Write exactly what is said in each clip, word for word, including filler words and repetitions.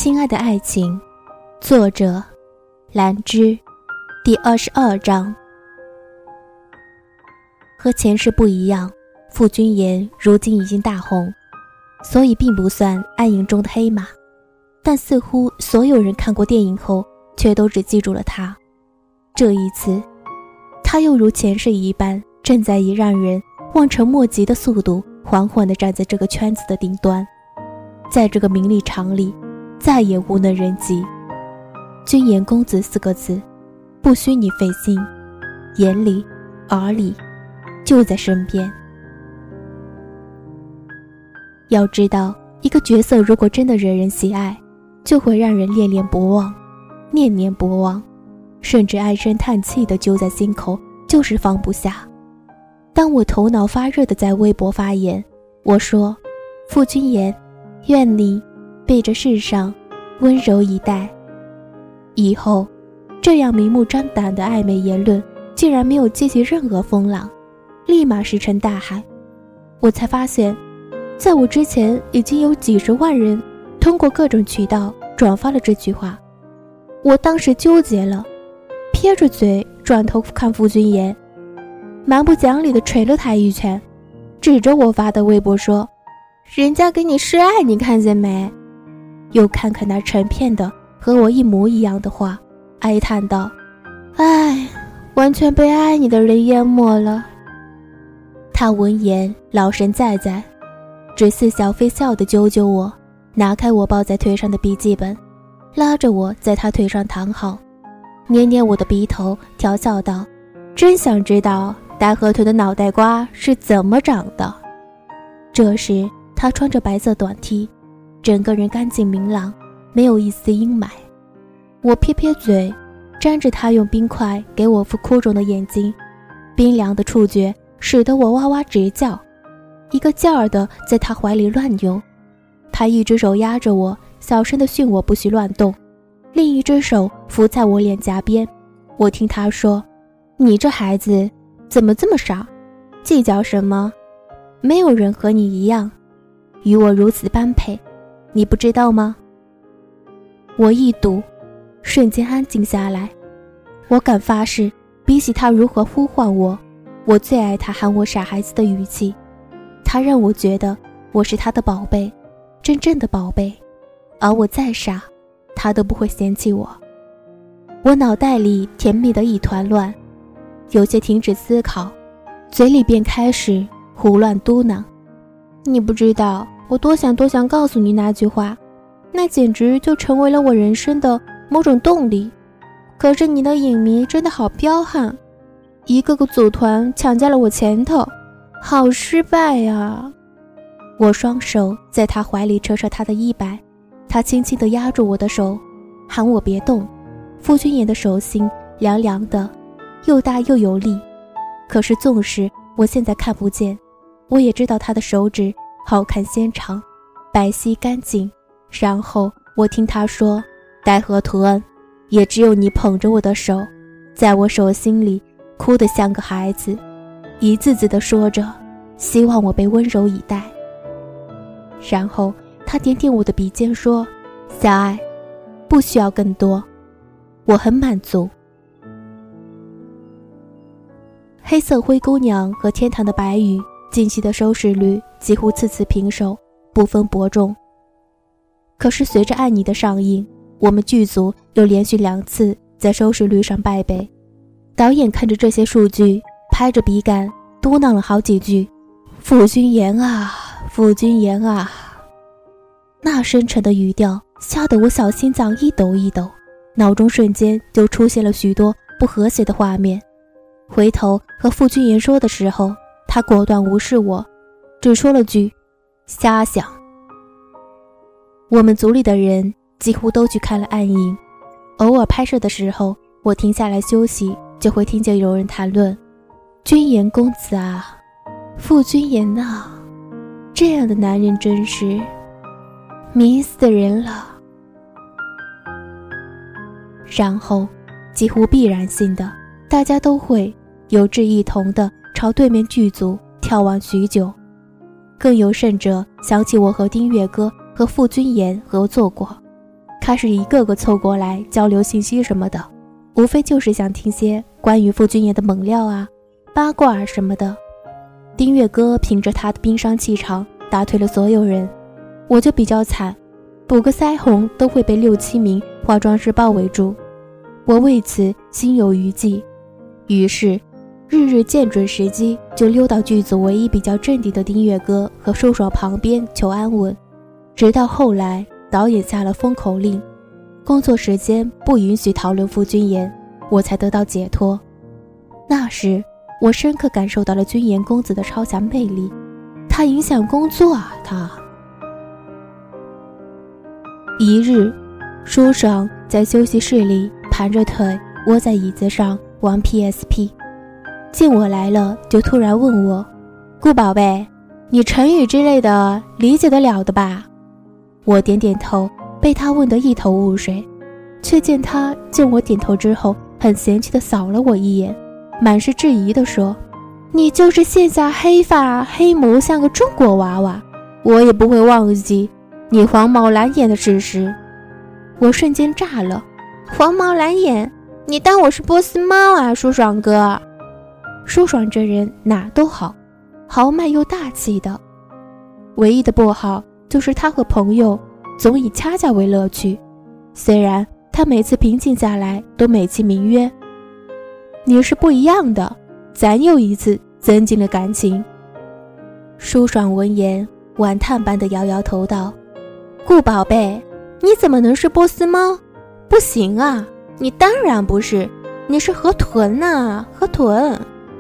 亲爱的爱情，作者兰芝，第二十二章。和前世不一样，傅君言如今已经大红，所以并不算暗影中的黑马，但似乎所有人看过电影后却都只记住了他。这一次他又如前世一般，正在以让人望尘莫及的速度缓缓地站在这个圈子的顶端，在这个名利场里再也无能人及。君言公子四个字，不需你费心，眼里耳里就在身边。要知道，一个角色如果真的惹人喜爱，就会让人恋恋不忘，念念不忘，甚至唉声叹气地揪在心口，就是放不下。当我头脑发热地在微博发言，我说：傅君言，愿你被这世上温柔以待。以后这样明目张胆的暧昧言论竟然没有激起任何风浪，立马石沉大海。我才发现，在我之前已经有几十万人通过各种渠道转发了这句话。我当时纠结了，撇着嘴转头看傅君言，蛮不讲理地捶了他一拳，指着我发的微博说：人家给你示爱，你看见没？又看看那成片的和我一模一样的话，哀叹道：唉，完全被爱你的人淹没了。他闻言老神在在，只似笑非笑地揪揪我，拿开我抱在腿上的笔记本，拉着我在他腿上躺好，捏捏我的鼻头，调笑道：真想知道大河豚的脑袋瓜是怎么长的。这时他穿着白色短 T， 整个人干净明朗，没有一丝阴霾。我撇撇嘴，沾着他用冰块给我敷哭肿的眼睛，冰凉的触觉使得我哇哇直叫，一个劲儿的在他怀里乱扭。他一只手压着我，小声地训我不许乱动，另一只手扶在我脸颊边。我听他说：你这孩子怎么这么傻，计较什么？没有人和你一样，与我如此般配，你不知道吗？我一堵，瞬间安静下来。我敢发誓，比起他如何呼唤我，我最爱他喊我傻孩子的语气。他让我觉得我是他的宝贝，真正的宝贝，而我再傻，他都不会嫌弃我。我脑袋里甜蜜的一团乱，有些停止思考，嘴里便开始胡乱嘟囔：你不知道我多想多想告诉你那句话，那简直就成为了我人生的某种动力。可是你的影迷真的好彪悍，一个个组团抢在了我前头，好失败呀。我双手在他怀里扯扯他的衣摆，他轻轻地压住我的手，喊我别动。傅君言的手心凉凉的，又大又有力，可是纵使我现在看不见，我也知道他的手指好看纤长，白皙干净。然后我听他说：戴河豚，也只有你捧着我的手，在我手心里哭得像个孩子，一字字地说着希望我被温柔以待。然后他点点我的鼻尖说：小爱，不需要更多，我很满足。黑色灰姑娘和天堂的白羽近期的收视率几乎次次平手，不分伯仲。可是随着爱你的上映，我们剧组又连续两次在收视率上败北。导演看着这些数据，拍着笔杆嘟囔了好几句：傅君言啊，傅君言啊。那深沉的语调吓得我小心脏一抖一抖，脑中瞬间就出现了许多不和谐的画面。回头和傅君言说的时候，他果断无视我，只说了句：瞎想。我们组里的人几乎都去看了暗影，偶尔拍摄的时候，我停下来休息，就会听见有人谈论：君言公子啊，傅君言啊，这样的男人真是迷死人了。然后几乎必然性的，大家都会有志一同的朝对面剧组眺望许久。更有甚者想起我和丁月歌和傅君言合作过， 开始一个个凑过来交流信息什么的，无非就是想听些关于傅君言的猛料啊、八卦啊什么的。丁月哥凭着他的冰山气场打退了所有人，我就比较惨，补个腮红都会被六七名化妆师包围住。我为此心有余悸，于是日日见准时机就溜到剧组唯一比较镇定的丁月哥和舒爽旁边求安稳。直到后来导演下了封口令，工作时间不允许讨论傅君言，我才得到解脱。那时我深刻感受到了君言公子的超强魅力，他影响工作啊他。一日，舒爽在休息室里盘着腿窝在椅子上玩 P S P， 见我来了就突然问我，顾宝贝，你成语之类的理解得了的吧？我点点头，被他问得一头雾水，却见他见我点头之后很嫌弃地扫了我一眼，满是质疑地说，你就是线下黑发黑眸像个中国娃娃，我也不会忘记你黄毛蓝眼的事实。我瞬间炸了，黄毛蓝眼？你当我是波斯猫啊，舒爽哥？舒爽这人哪都好，豪迈又大气的，唯一的不好就是他和朋友总以掐架为乐趣，虽然他每次平静下来都美其名曰，你是不一样的，咱又一次增进了感情。舒爽闻言晚叹般的摇摇头道，顾宝贝，你怎么能是波斯猫？不行啊，你当然不是，你是河豚啊，河豚。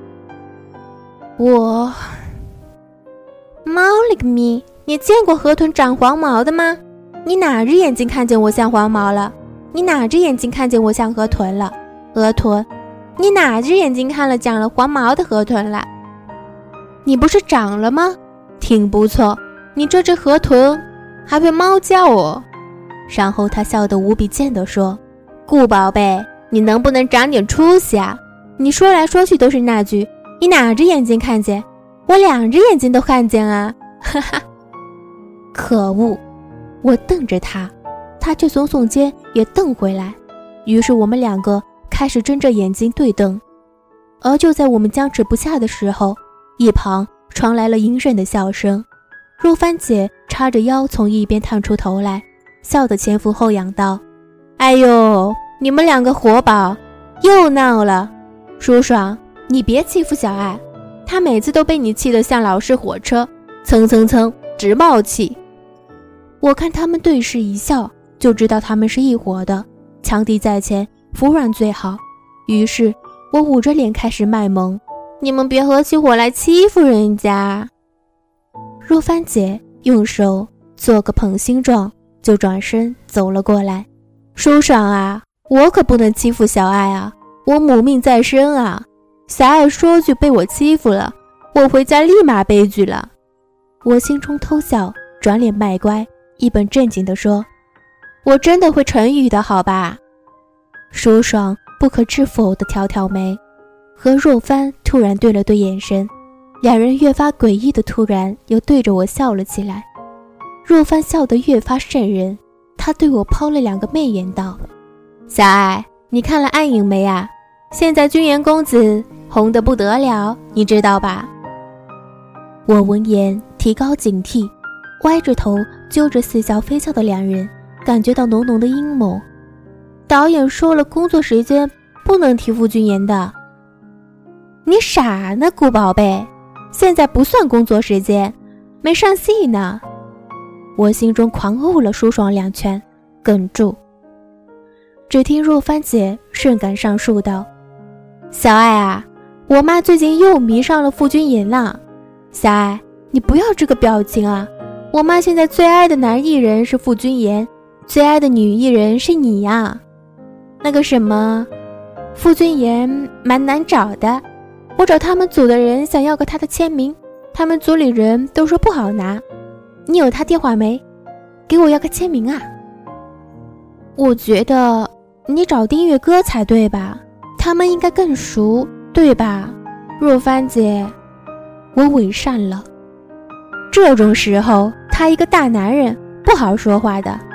我猫了个咪，你见过河豚长黄毛的吗？你哪只眼睛看见我像黄毛了？你哪只眼睛看见我像河豚了？河豚，你哪只眼睛看了长了黄毛的河豚了？你不是长了吗？挺不错，你这只河豚还会猫叫哦。然后他笑得无比贱地说，顾宝贝，你能不能长点出息啊？你说来说去都是那句，你哪只眼睛看见？我两只眼睛都看见啊，哈哈。可恶，我瞪着他，他却耸耸肩也瞪回来，于是我们两个开始睁着眼睛对瞪。而就在我们僵持不下的时候，一旁传来了隐忍的笑声，若帆姐叉着腰从一边探出头来，笑得前俯后仰道，哎呦，你们两个活宝又闹了。舒爽，你别欺负小爱，她每次都被你气得像老式火车，蹭蹭蹭直冒气。我看他们对视一笑，就知道他们是一伙的，强敌在前，服软最好。于是我捂着脸开始卖萌，你们别合起伙来欺负人家。若帆姐用手做个捧心状，就转身走了过来。舒爽啊，我可不能欺负小爱啊，我母命在身啊，小爱说句被我欺负了，我回家立马悲剧了。我心中偷笑，转脸卖乖，一本正经地说，我真的会成语的好吧？舒爽不可置否地挑挑眉，和若帆突然对了对眼神，两人越发诡异的突然又对着我笑了起来。若帆笑得越发瘆人，他对我抛了两个媚眼道，小爱，你看了暗影没啊？现在君言公子红得不得了，你知道吧？我闻言提高警惕，歪着头揪着似笑非笑的两人，感觉到浓浓的阴谋。导演说了，工作时间不能提傅君言的。你傻呢，顾宝贝，现在不算工作时间，没上戏呢。我心中狂殴了舒爽两拳，哽住。只听若帆姐顺感上树道，小爱啊，我妈最近又迷上了傅君言了。小爱，你不要这个表情啊，我妈现在最爱的男艺人是傅君言，最爱的女艺人是你呀。那个什么，傅君言蛮难找的，我找他们组的人想要个他的签名，他们组里人都说不好拿，你有他电话没？给我要个签名啊。我觉得你找丁月哥才对吧，他们应该更熟，对吧？若帆姐，我伪善了。这种时候他一个大男人不好说话的，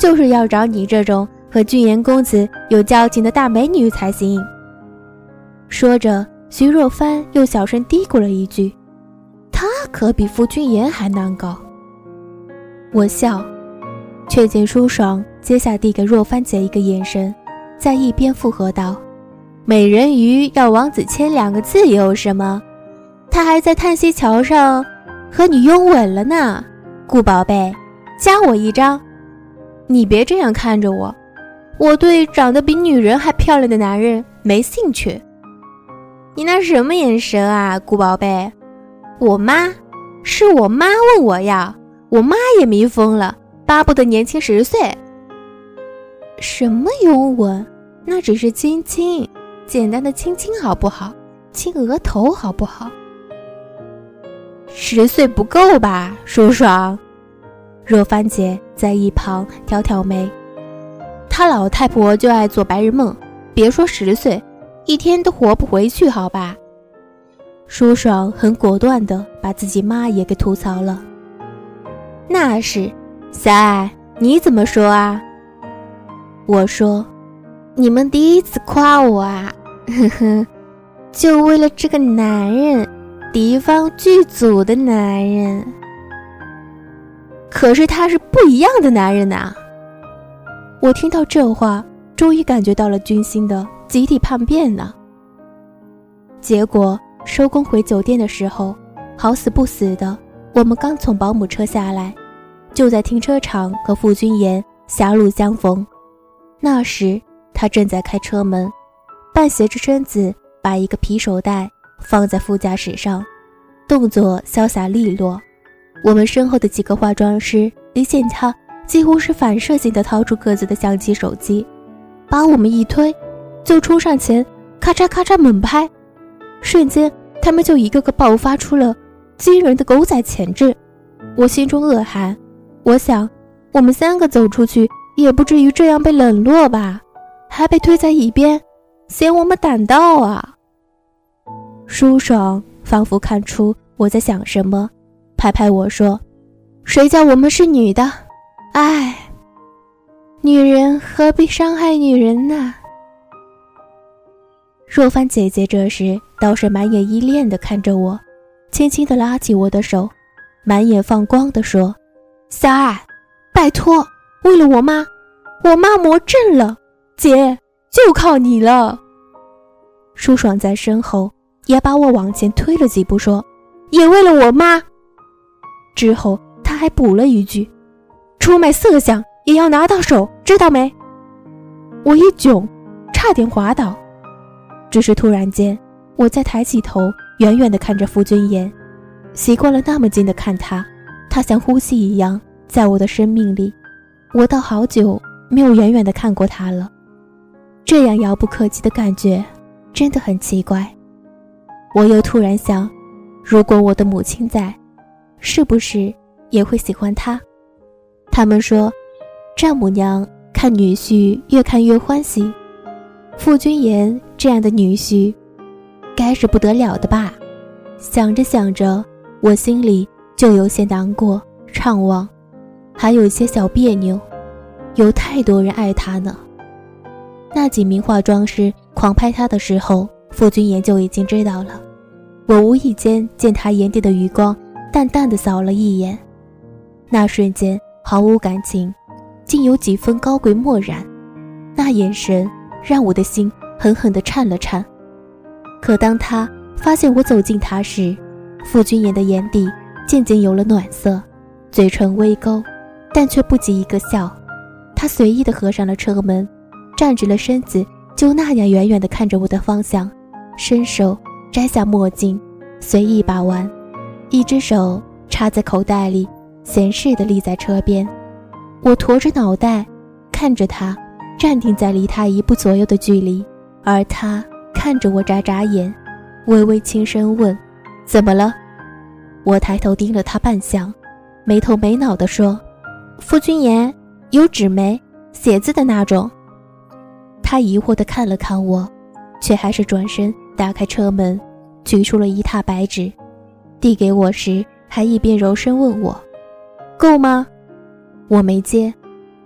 就是要找你这种和俊颜公子有交情的大美女才行。说着，徐若帆又小声嘀咕了一句，他可比傅君颜还难搞。我笑，却见舒爽接下递给若帆姐一个眼神，在一边附和道，美人鱼要王子谦两个字有什么？他还在叹息桥上和你拥吻了呢。顾宝贝，加我一张。你别这样看着我，我对长得比女人还漂亮的男人没兴趣。你那什么眼神啊，顾宝贝？我妈，是我妈问我要，我妈也迷疯了，巴不得年轻十岁。什么拥吻？那只是亲亲，简单的亲亲好不好？亲额头好不好？十岁不够吧，舒爽？若帆姐在一旁挑挑眉，她老太婆就爱做白日梦，别说十岁，一天都活不回去好吧。舒爽很果断地把自己妈也给吐槽了。那是，小爱，你怎么说啊？我说，你们第一次夸我啊，呵呵，就为了这个男人，敌方剧组的男人。可是他是不一样的男人啊。我听到这话，终于感觉到了军心的集体叛变呢。结果收工回酒店的时候，好死不死的，我们刚从保姆车下来，就在停车场和傅君颜狭路相逢。那时他正在开车门，半斜着身子把一个皮手袋放在副驾驶上，动作潇洒利落。我们身后的几个化妆师一见他，几乎是反射性地掏出各自的相机手机，把我们一推，就冲上前，咔嚓咔嚓猛拍。瞬间他们就一个个爆发出了惊人的狗仔潜质。我心中恶寒，我想我们三个走出去也不至于这样被冷落吧，还被推在一边，嫌我们胆大啊。舒爽仿佛看出我在想什么，拍拍我说，谁叫我们是女的，唉，女人何必伤害女人呢？若帆姐姐这时倒是满眼依恋地看着我，轻轻地拉起我的手，满眼放光地说，小爱，拜托，为了我妈，我妈魔怔了，姐，就靠你了。舒爽在身后也把我往前推了几步，说，也为了我妈。之后他还补了一句，出卖色相也要拿到手，知道没？我一窘，差点滑倒。只是突然间，我再抬起头，远远地看着傅君颜，习惯了那么近地看他，他像呼吸一样在我的生命里，我倒好久没有远远地看过他了。这样遥不可及的感觉真的很奇怪。我又突然想，如果我的母亲在，是不是也会喜欢他？他们说，丈母娘看女婿越看越欢喜，傅君颜这样的女婿该是不得了的吧。想着想着，我心里就有些难过怅惘，还有些小别扭。有太多人爱他呢。那几名化妆师狂拍他的时候，傅君颜就已经知道了。我无意间见他眼底的余光淡淡地扫了一眼，那瞬间毫无感情，竟有几分高贵漠然。那眼神让我的心狠狠地颤了颤。可当他发现我走近他时，傅君颜的眼底渐渐有了暖色，嘴唇微勾，但却不及一个笑。他随意地合上了车门，站直了身子，就那样远远地看着我的方向，伸手摘下墨镜，随意把玩，一只手插在口袋里，闲适地立在车边。我驼着脑袋看着他，站定在离他一步左右的距离，而他看着我眨眨眼，微微轻声问，怎么了？我抬头盯了他半晌，没头没脑地说，傅君颜，有纸没？写字的那种。他疑惑地看了看我，却还是转身打开车门，取出了一沓白纸，递给我时还一边柔声问我，够吗？我没接，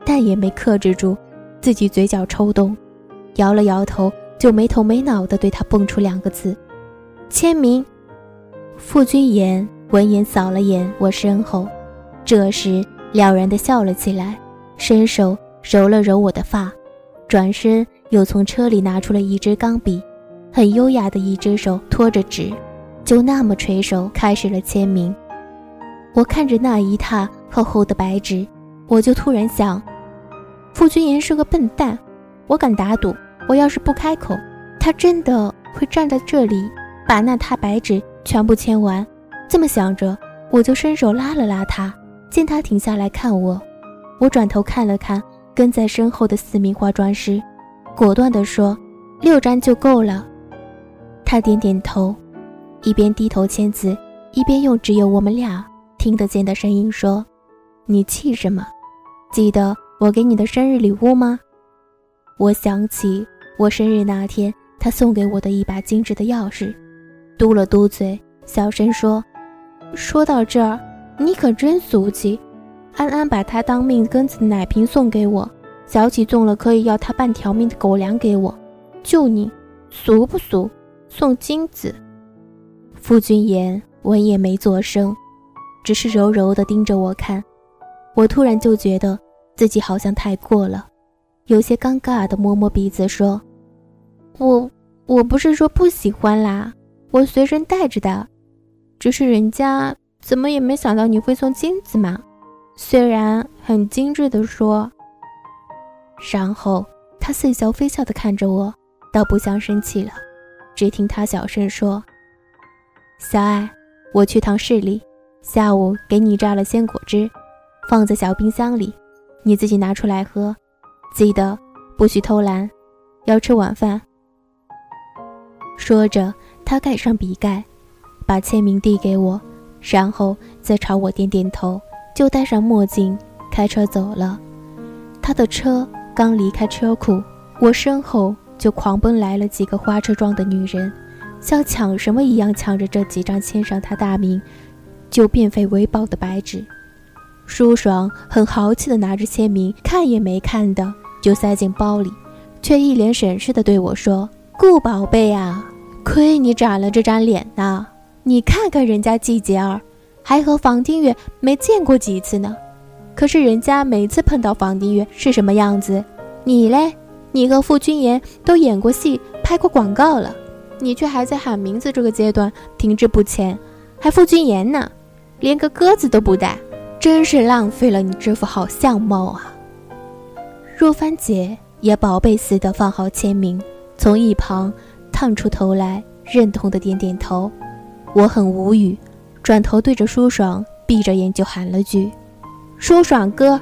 但也没克制住自己嘴角抽动，摇了摇头，就没头没脑地对他蹦出两个字：签名。傅君言闻言扫了眼我身后，这时了然地笑了起来，伸手揉了揉我的发，转身又从车里拿出了一支钢笔，很优雅的一只手托着纸，就那么垂手开始了签名。我看着那一沓厚厚的白纸，我就突然想，傅君言是个笨蛋，我敢打赌，我要是不开口，他真的会站在这里把那沓白纸全部签完。这么想着，我就伸手拉了拉他，见他停下来看我，我转头看了看跟在身后的四名化妆师，果断地说：六张就够了。他点点头，一边低头签字，一边用只有我们俩听得见的声音说：你气什么？记得我给你的生日礼物吗？我想起我生日那天他送给我的一把精致的钥匙，嘟了嘟嘴，小声说：说到这儿，你可真俗气。安安把他当命根子的奶瓶送给我，小启送了可以要他半条命的狗粮给我，就你俗不俗，送金子。傅君言闻也没作声，只是柔柔地盯着我看。我突然就觉得自己好像太过了，有些尴尬地摸摸鼻子说：我我不是说不喜欢啦，我随身带着的，只是人家怎么也没想到你会送金子嘛，虽然很精致地说。然后他似笑非笑地看着我，倒不像生气了，只听他小声说：小爱，我去趟市里，下午给你榨了鲜果汁，放在小冰箱里，你自己拿出来喝，记得不许偷懒，要吃晚饭。说着他盖上笔盖，把签名递给我，然后再朝我点点头，就戴上墨镜开车走了。他的车刚离开车库，我身后就狂奔来了几个花车状的女人，像抢什么一样抢着这几张签上他大名就变废为宝的白纸。舒爽很豪气地拿着签名，看也没看的就塞进包里，却一脸审视地对我说：顾宝贝啊，亏你长了这张脸呐，你看看人家季节儿还和房丁月没见过几次呢，可是人家每次碰到房丁月是什么样子，你嘞，你和傅君言都演过戏拍过广告了，你却还在喊名字这个阶段停滞不前，还傅君言呢，连个鸽子都不带，真是浪费了你这副好相貌啊。若帆姐也宝贝似的放好签名，从一旁探出头来，认同的点点头。我很无语，转头对着舒爽闭着眼就喊了句：舒爽哥。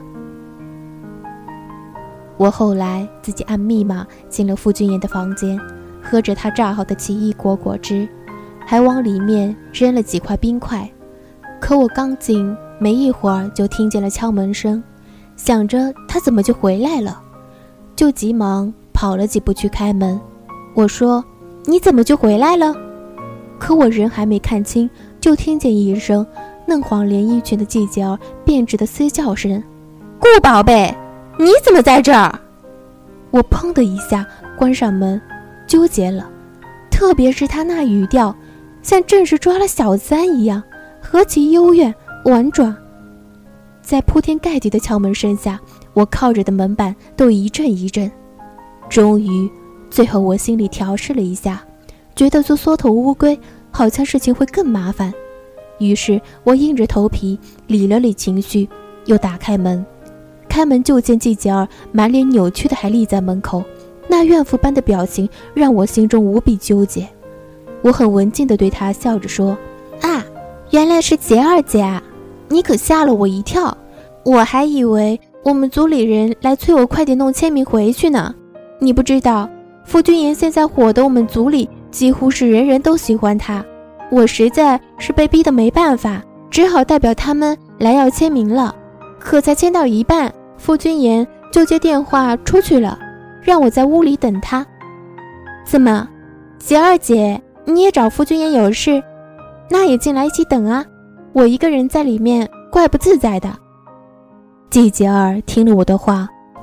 我后来自己按密码进了傅君言的房间，喝着他榨好的奇异果果汁，还往里面扔了几块冰块。可我刚进没一会儿就听见了敲门声，想着他怎么就回来了，就急忙跑了几步去开门。我说：你怎么就回来了？可我人还没看清，就听见一声嫩黄连衣裙的季节儿变质的嘶叫声：顾宝贝，你怎么在这儿？我砰的一下关上门，纠结了，特别是他那语调，像正是抓了小三一样，何其幽怨婉转。在铺天盖地的敲门声下，我靠着的门板都一阵一阵。终于最后我心里调试了一下，觉得做缩头乌龟好像事情会更麻烦，于是我硬着头皮理了理情绪，又打开门。开门就见季节儿满脸扭曲的还立在门口，那怨妇般的表情让我心中无比纠结。我很文静地对她笑着说：啊，原来是杰二姐啊，你可吓了我一跳，我还以为我们组里人来催我快点弄签名回去呢。你不知道傅君言现在火的我们组里几乎是人人都喜欢他，我实在是被逼得没办法，只好代表他们来要签名了。可才签到一半，傅君言就接电话出去了，让我在屋里等他。怎么，杰二姐你也找傅君言有事？那也进来一起等啊，我一个人在里面怪不自在的。季杰儿听了我的话，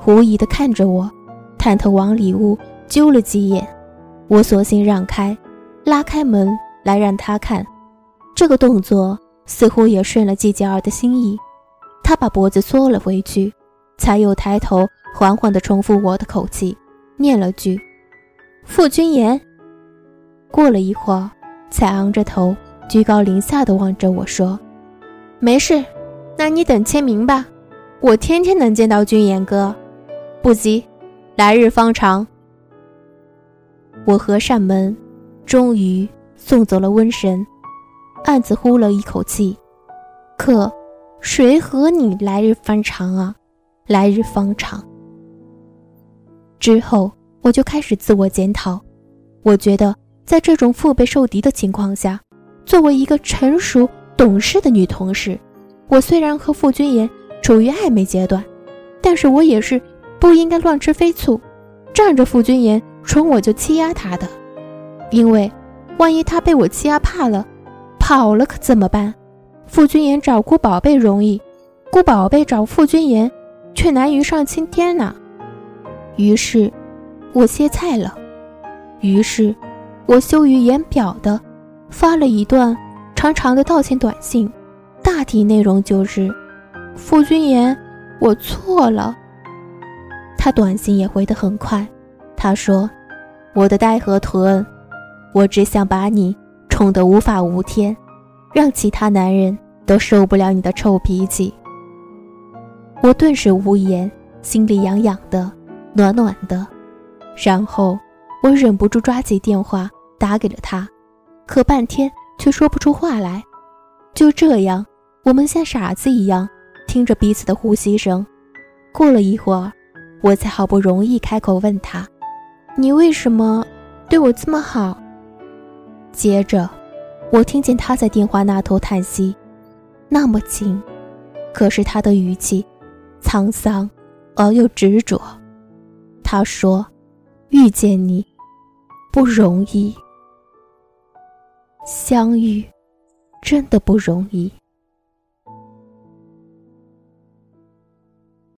狐疑地看着我，探头往里屋揪了几眼。我索性让开，拉开门来让他看。这个动作似乎也顺了季节儿的心意，他把脖子缩了回去，才又抬头缓缓地重复我的口气，念了句傅君言。过了一会儿，才昂着头居高临下地望着我说，没事，那你等签名吧，我天天能见到君言哥，不急，来日方长。我合上门，终于送走了瘟神，暗自呼了一口气，可谁和你来日方长啊，来日方长。之后我就开始自我检讨，我觉得在这种腹背受敌的情况下，作为一个成熟懂事的女同事，我虽然和傅君言处于暧昧阶段，但是我也是不应该乱吃飞醋，仗着傅君言冲我就欺压他的。因为万一他被我欺压怕了跑了可怎么办？傅君言找顾宝贝容易，顾宝贝找傅君言却难于上青天呐、啊。于是我歇菜了，于是我羞于言表的发了一段长长的道歉短信，大体内容就是傅君言，我错了。他短信也回得很快，他说，我的呆和臀，我只想把你宠得无法无天，让其他男人都受不了你的臭脾气。我顿时无言，心里痒痒的，暖暖的。然后我忍不住抓起电话打给了他，可半天却说不出话来。就这样，我们像傻子一样听着彼此的呼吸声。过了一会儿，我才好不容易开口问他，你为什么对我这么好？接着我听见他在电话那头叹息，那么轻，可是他的语气沧桑而又执着。他说，遇见你不容易，相遇真的不容易。